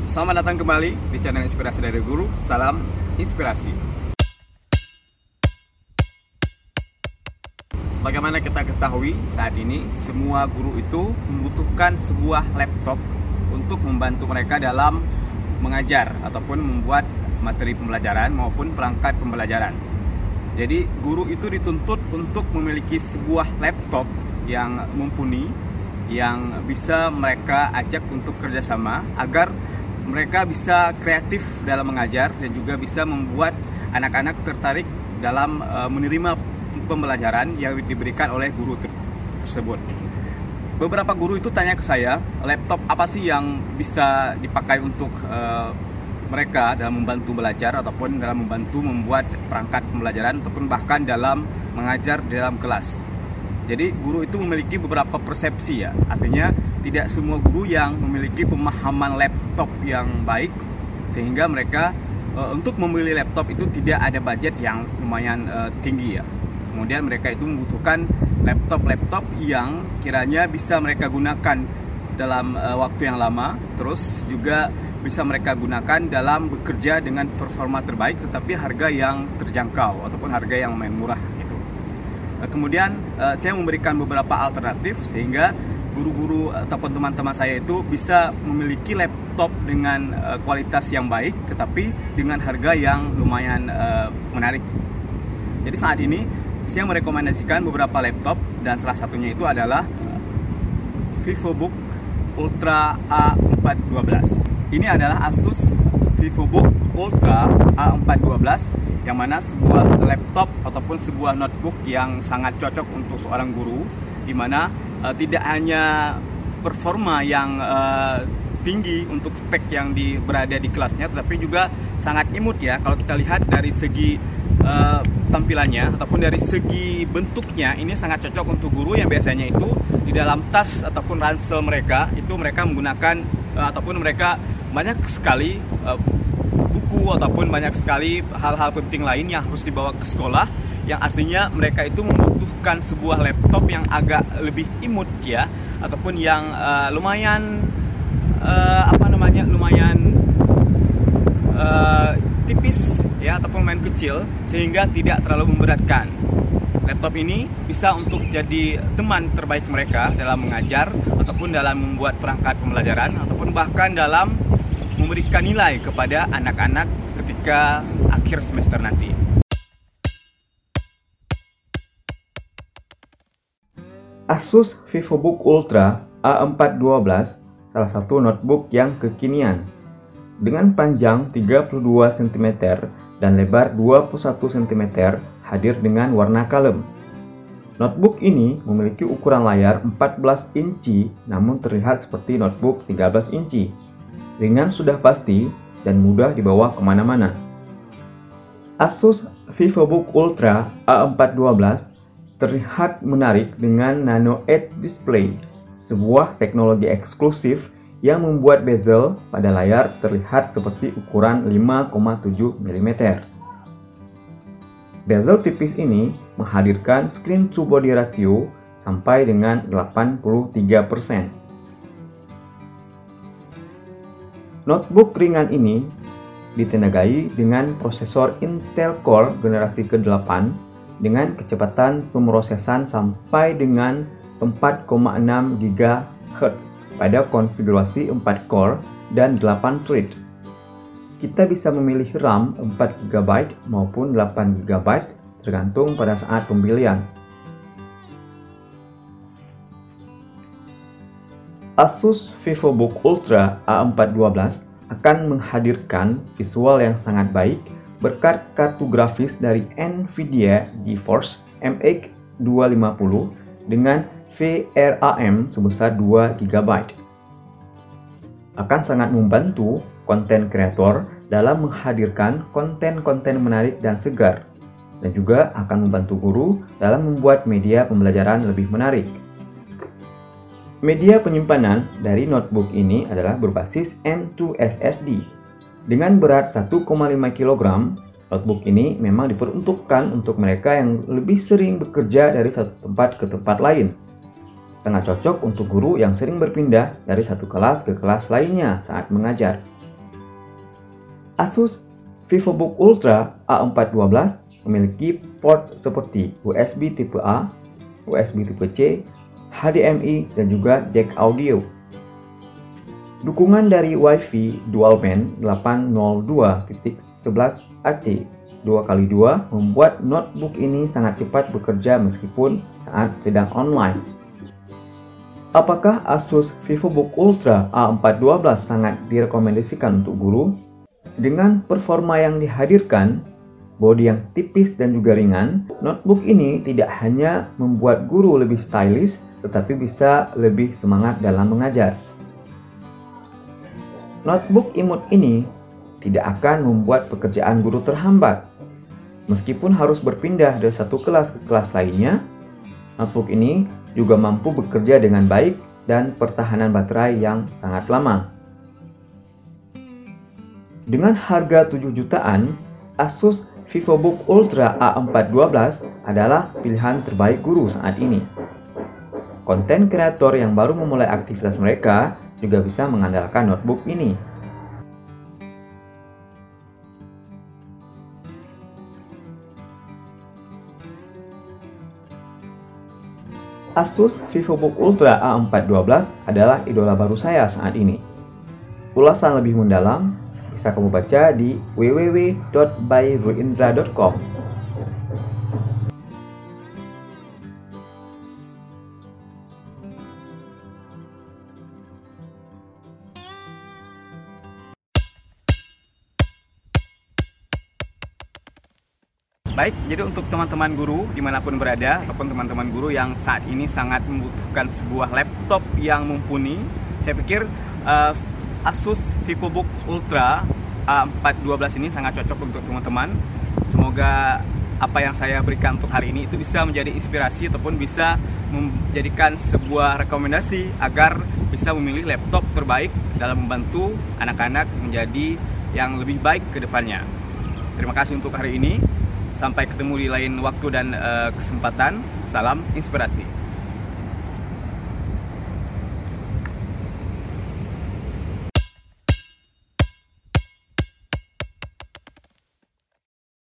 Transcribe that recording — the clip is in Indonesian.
Selamat datang kembali di channel Inspirasi dari Guru. Salam inspirasi. Sebagaimana kita ketahui, saat ini semua guru itu membutuhkan sebuah laptop untuk membantu mereka dalam mengajar ataupun membuat materi pembelajaran maupun perangkat pembelajaran. Jadi guru itu dituntut untuk memiliki sebuah laptop yang mumpuni, yang bisa mereka ajak untuk kerjasama agar mereka bisa kreatif dalam mengajar dan juga bisa membuat anak-anak tertarik dalam menerima pembelajaran yang diberikan oleh guru tersebut. Beberapa guru itu tanya ke saya, laptop apa sih yang bisa dipakai untuk mereka dalam membantu belajar ataupun dalam membantu membuat perangkat pembelajaran ataupun bahkan dalam mengajar di dalam kelas. Jadi guru itu memiliki beberapa persepsi ya, artinya tidak semua guru yang memiliki pemahaman laptop yang baik sehingga mereka untuk membeli laptop itu tidak ada budget yang lumayan tinggi ya. Kemudian mereka itu membutuhkan laptop yang kiranya bisa mereka gunakan dalam waktu yang lama, terus juga bisa mereka gunakan dalam bekerja dengan performa terbaik tetapi harga yang terjangkau ataupun harga yang lumayan murah gitu. Kemudian saya memberikan beberapa alternatif sehingga guru-guru ataupun teman-teman saya itu bisa memiliki laptop dengan kualitas yang baik tetapi dengan harga yang lumayan menarik. Jadi saat ini saya merekomendasikan beberapa laptop dan salah satunya itu adalah VivoBook Ultra A412. Ini adalah Asus VivoBook Ultra A412 yang mana sebuah laptop ataupun sebuah notebook yang sangat cocok untuk seorang guru, di mana tidak hanya performa yang tinggi untuk spek yang berada di kelasnya, tetapi juga sangat imut ya. Kalau kita lihat dari segi tampilannya ataupun dari segi bentuknya, ini sangat cocok untuk guru yang biasanya itu di dalam tas ataupun ransel mereka itu mereka menggunakan ataupun mereka banyak sekali buku ataupun banyak sekali hal-hal penting lain yang harus dibawa ke sekolah, yang artinya mereka itu membutuhkan sebuah laptop yang agak lebih imut ya, ataupun yang lumayan tipis ya, ataupun lumayan kecil sehingga tidak terlalu memberatkan. Laptop ini bisa untuk jadi teman terbaik mereka dalam mengajar ataupun dalam membuat perangkat pembelajaran ataupun bahkan dalam memberikan nilai kepada anak-anak ketika akhir semester nanti. Asus VivoBook Ultra A412 salah satu notebook yang kekinian. Dengan panjang 32 cm dan lebar 21 cm, hadir dengan warna kalem. Notebook ini memiliki ukuran layar 14 inci namun terlihat seperti notebook 13 inci. Ringan sudah pasti dan mudah dibawa kemana-mana. Asus VivoBook Ultra A412 terlihat menarik dengan Nano Edge Display, sebuah teknologi eksklusif yang membuat bezel pada layar terlihat seperti ukuran 5,7 mm. Bezel tipis ini menghadirkan screen to body ratio sampai dengan 83%. Notebook ringan ini ditenagai dengan prosesor Intel Core generasi ke-8 dengan kecepatan pemrosesan sampai dengan 4,6 GHz pada konfigurasi 4 core dan 8 thread. Kita bisa memilih RAM 4 GB maupun 8 GB tergantung pada saat pembelian. Asus VivoBook Ultra A412 akan menghadirkan visual yang sangat baik berkat kartu grafis dari Nvidia GeForce MX 250 dengan VRAM sebesar 2 GB. Akan sangat membantu konten kreator dalam menghadirkan konten-konten menarik dan segar, dan juga akan membantu guru dalam membuat media pembelajaran lebih menarik. Media penyimpanan dari notebook ini adalah berbasis M.2 SSD. Dengan berat 1,5 kg, notebook ini memang diperuntukkan untuk mereka yang lebih sering bekerja dari satu tempat ke tempat lain. Sangat cocok untuk guru yang sering berpindah dari satu kelas ke kelas lainnya saat mengajar. Asus VivoBook Ultra A412 memiliki port seperti USB tipe A, USB tipe C, HDMI, dan juga jack audio. Dukungan dari Wi-Fi dual band 802.11ac 2x2 membuat notebook ini sangat cepat bekerja meskipun saat sedang online. Apakah Asus VivoBook Ultra A412 sangat direkomendasikan untuk guru? Dengan performa yang dihadirkan, bodi yang tipis dan juga ringan, notebook ini tidak hanya membuat guru lebih stylish, tetapi bisa lebih semangat dalam mengajar. Notebook imut ini tidak akan membuat pekerjaan guru terhambat. Meskipun harus berpindah dari satu kelas ke kelas lainnya, notebook ini juga mampu bekerja dengan baik dan pertahanan baterai yang sangat lama. Dengan harga 7 jutaan, Asus VivoBook Ultra A412 adalah pilihan terbaik guru saat ini. Konten kreator yang baru memulai aktivitas mereka juga bisa mengandalkan notebook ini. Asus VivoBook Ultra A412 adalah idola baru saya saat ini. Ulasan lebih mendalam bisa kamu baca di www.byruindra.com. Baik, jadi untuk teman-teman guru dimanapun berada, ataupun teman-teman guru yang saat ini sangat membutuhkan sebuah laptop yang mumpuni, saya pikir Asus VivoBook Ultra A412 ini sangat cocok untuk teman-teman. Semoga apa yang saya berikan untuk hari ini itu bisa menjadi inspirasi ataupun bisa menjadikan sebuah rekomendasi agar bisa memilih laptop terbaik dalam membantu anak-anak menjadi yang lebih baik ke depannya. Terima kasih untuk hari ini. Sampai ketemu di lain waktu dan kesempatan. Salam inspirasi.